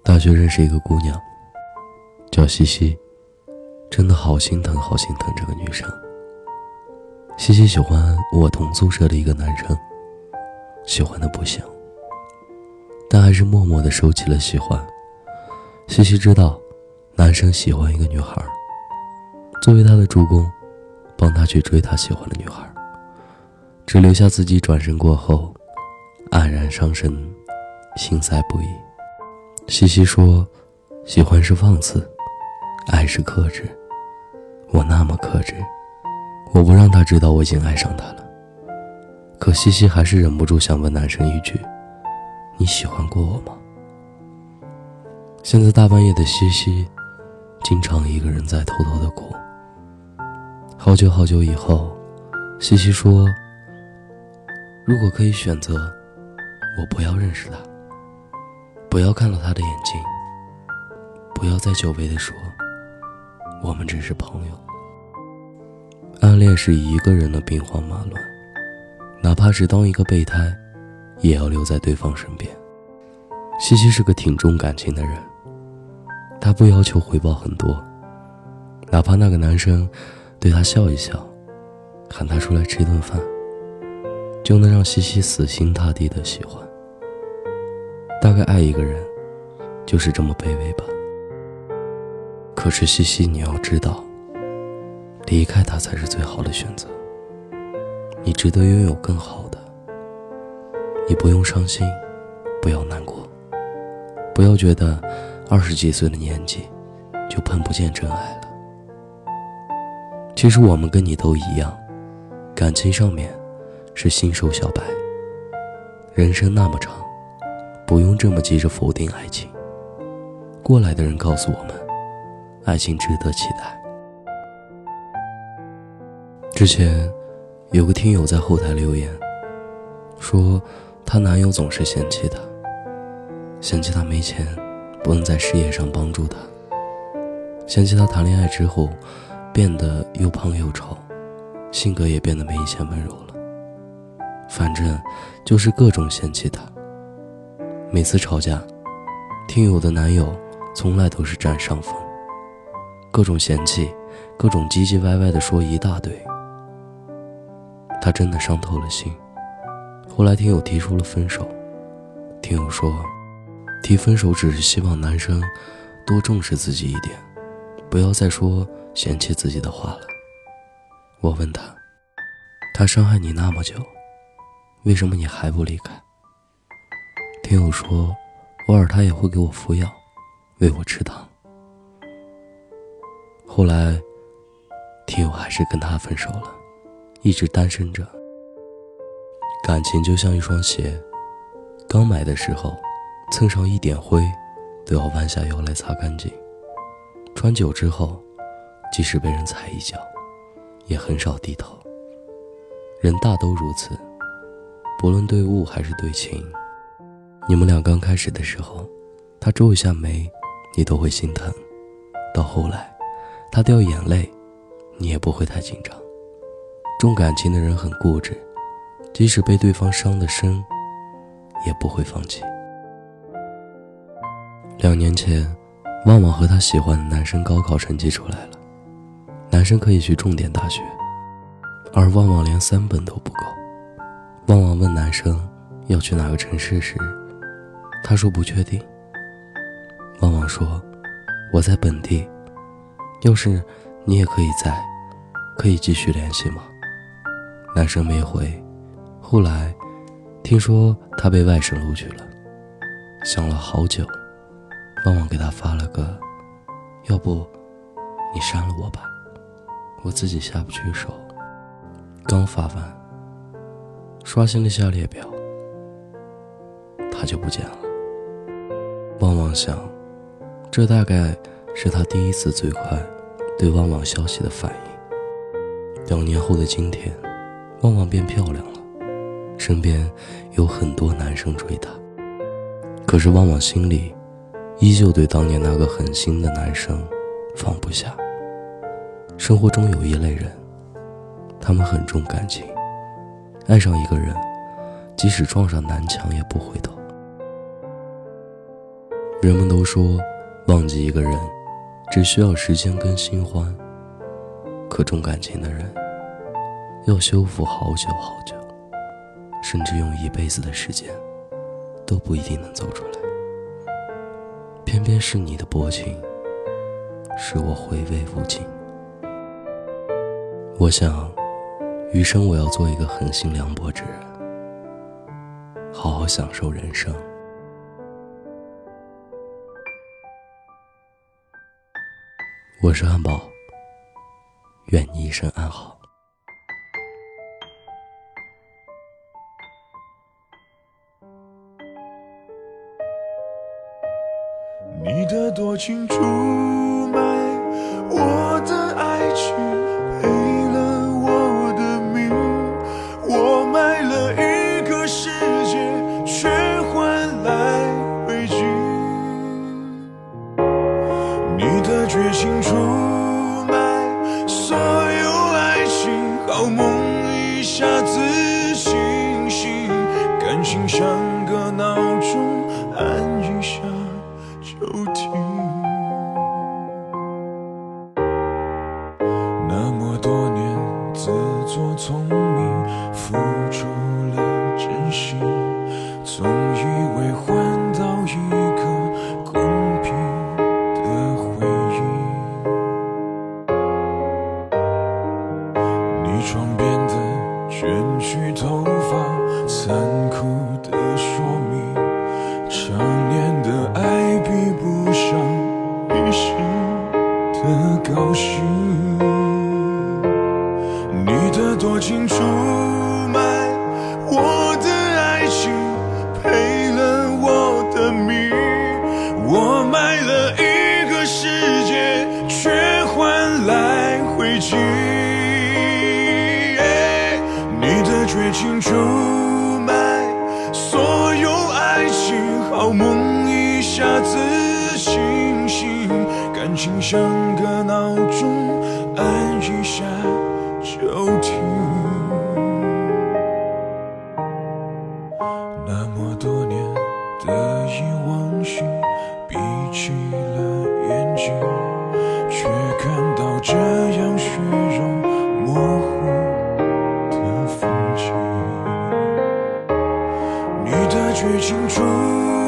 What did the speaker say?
大学认识一个姑娘，叫西西，真的好心疼好心疼这个女生。西西喜欢我同宿舍的一个男生，喜欢的不行，但还是默默地收起了喜欢。西西知道男生喜欢一个女孩，作为他的助攻，帮他去追他喜欢的女孩，只留下自己转身过后黯然伤神，心塞不已。西西说，喜欢是放肆，爱是克制。我那么克制，我不让他知道我已经爱上他了。可西西还是忍不住想问男生一句，你喜欢过我吗？现在大半夜的西西经常一个人在偷偷的哭。好久好久以后，西西说，如果可以选择，我不要认识他，不要看到他的眼睛，不要再久违地说我们只是朋友。暗恋是一个人的兵荒马乱，哪怕是当一个备胎，也要留在对方身边。西西是个挺重感情的人，他不要求回报很多，哪怕那个男生对他笑一笑，喊他出来吃顿饭，就能让西西死心塌地的喜欢。大概爱一个人就是这么卑微吧。可是西西，你要知道，离开他才是最好的选择。你值得拥有更好的，你不用伤心，不要难过，不要觉得20几岁的年纪就碰不见真爱了。其实我们跟你都一样，感情上面是新手小白。人生那么长，不用这么急着否定爱情。过来的人告诉我们，爱情值得期待。之前有个听友在后台留言说，她男友总是嫌弃她，嫌弃她没钱，不能在事业上帮助她，嫌弃她谈恋爱之后变得又胖又丑，性格也变得没以前温柔了，反正就是各种嫌弃她。每次吵架，听友的男友从来都是占上风，各种嫌弃，各种唧唧歪歪的说一大堆。她真的伤透了心。后来听友提出了分手，听友说，提分手只是希望男生多重视自己一点，不要再说嫌弃自己的话了。我问他伤害你那么久，为什么你还不离开？听友说，偶尔他也会给我敷药，喂我吃糖。后来听友还是跟他分手了，一直单身着。感情就像一双鞋，刚买的时候蹭上一点灰都要弯下腰来擦干净，穿久之后即使被人踩一脚也很少低头。人大都如此，不论对物还是对情。你们俩刚开始的时候，他皱一下眉你都会心疼，到后来他掉眼泪你也不会太紧张。重感情的人很固执，即使被对方伤得深也不会放弃。2年前，旺旺和他喜欢的男生高考成绩出来了，男生可以去重点大学，而旺旺连3本都不够。旺旺问男生要去哪个城市时，他说不确定。旺旺说，我在本地，要是你也可以在，可以继续联系吗？男生没回。后来听说他被外省录取了，想了好久，旺旺给他发了个，要不你删了我吧，我自己下不去手。刚发完，刷新了下列表，他就不见了。旺旺想，这大概是他第一次最快对旺旺消息的反应。2年后的今天，旺旺变漂亮了，身边有很多男生追她，可是旺旺心里依旧对当年那个狠心的男生放不下。生活中有一类人，他们很重感情，爱上一个人，即使撞上南墙也不回头。 人们都说忘记一个人只需要时间跟新欢，可重感情的人要修复好久好久，甚至用一辈子的时间都不一定能走出来。偏偏是你的薄情使我回味无尽。我想余生我要做一个狠心凉薄之人，好好享受人生。我是汉堡，愿你一生安好。 你的多情出卖我的爱情，赔了我的命，我卖了一个世界，却换来灰烬。你的绝情出卖所有爱情，好梦一下子清醒，感情像个闹钟，按一下就停。那么多年自作聪明，付出了真心，总以为换到一个公平的回应。你床边的卷曲头发，残酷的说明，常年的爱比不上一时的高兴。你的多情出卖我的爱情，赔了我的命，我卖了一个世界，却换来灰烬。你的绝情出卖所有爱情，好梦一下子清醒，感情像个闹钟，按一下就停。那么多年得意忘形，闭起了眼睛，却看到这样血肉模糊的风景。你的绝情出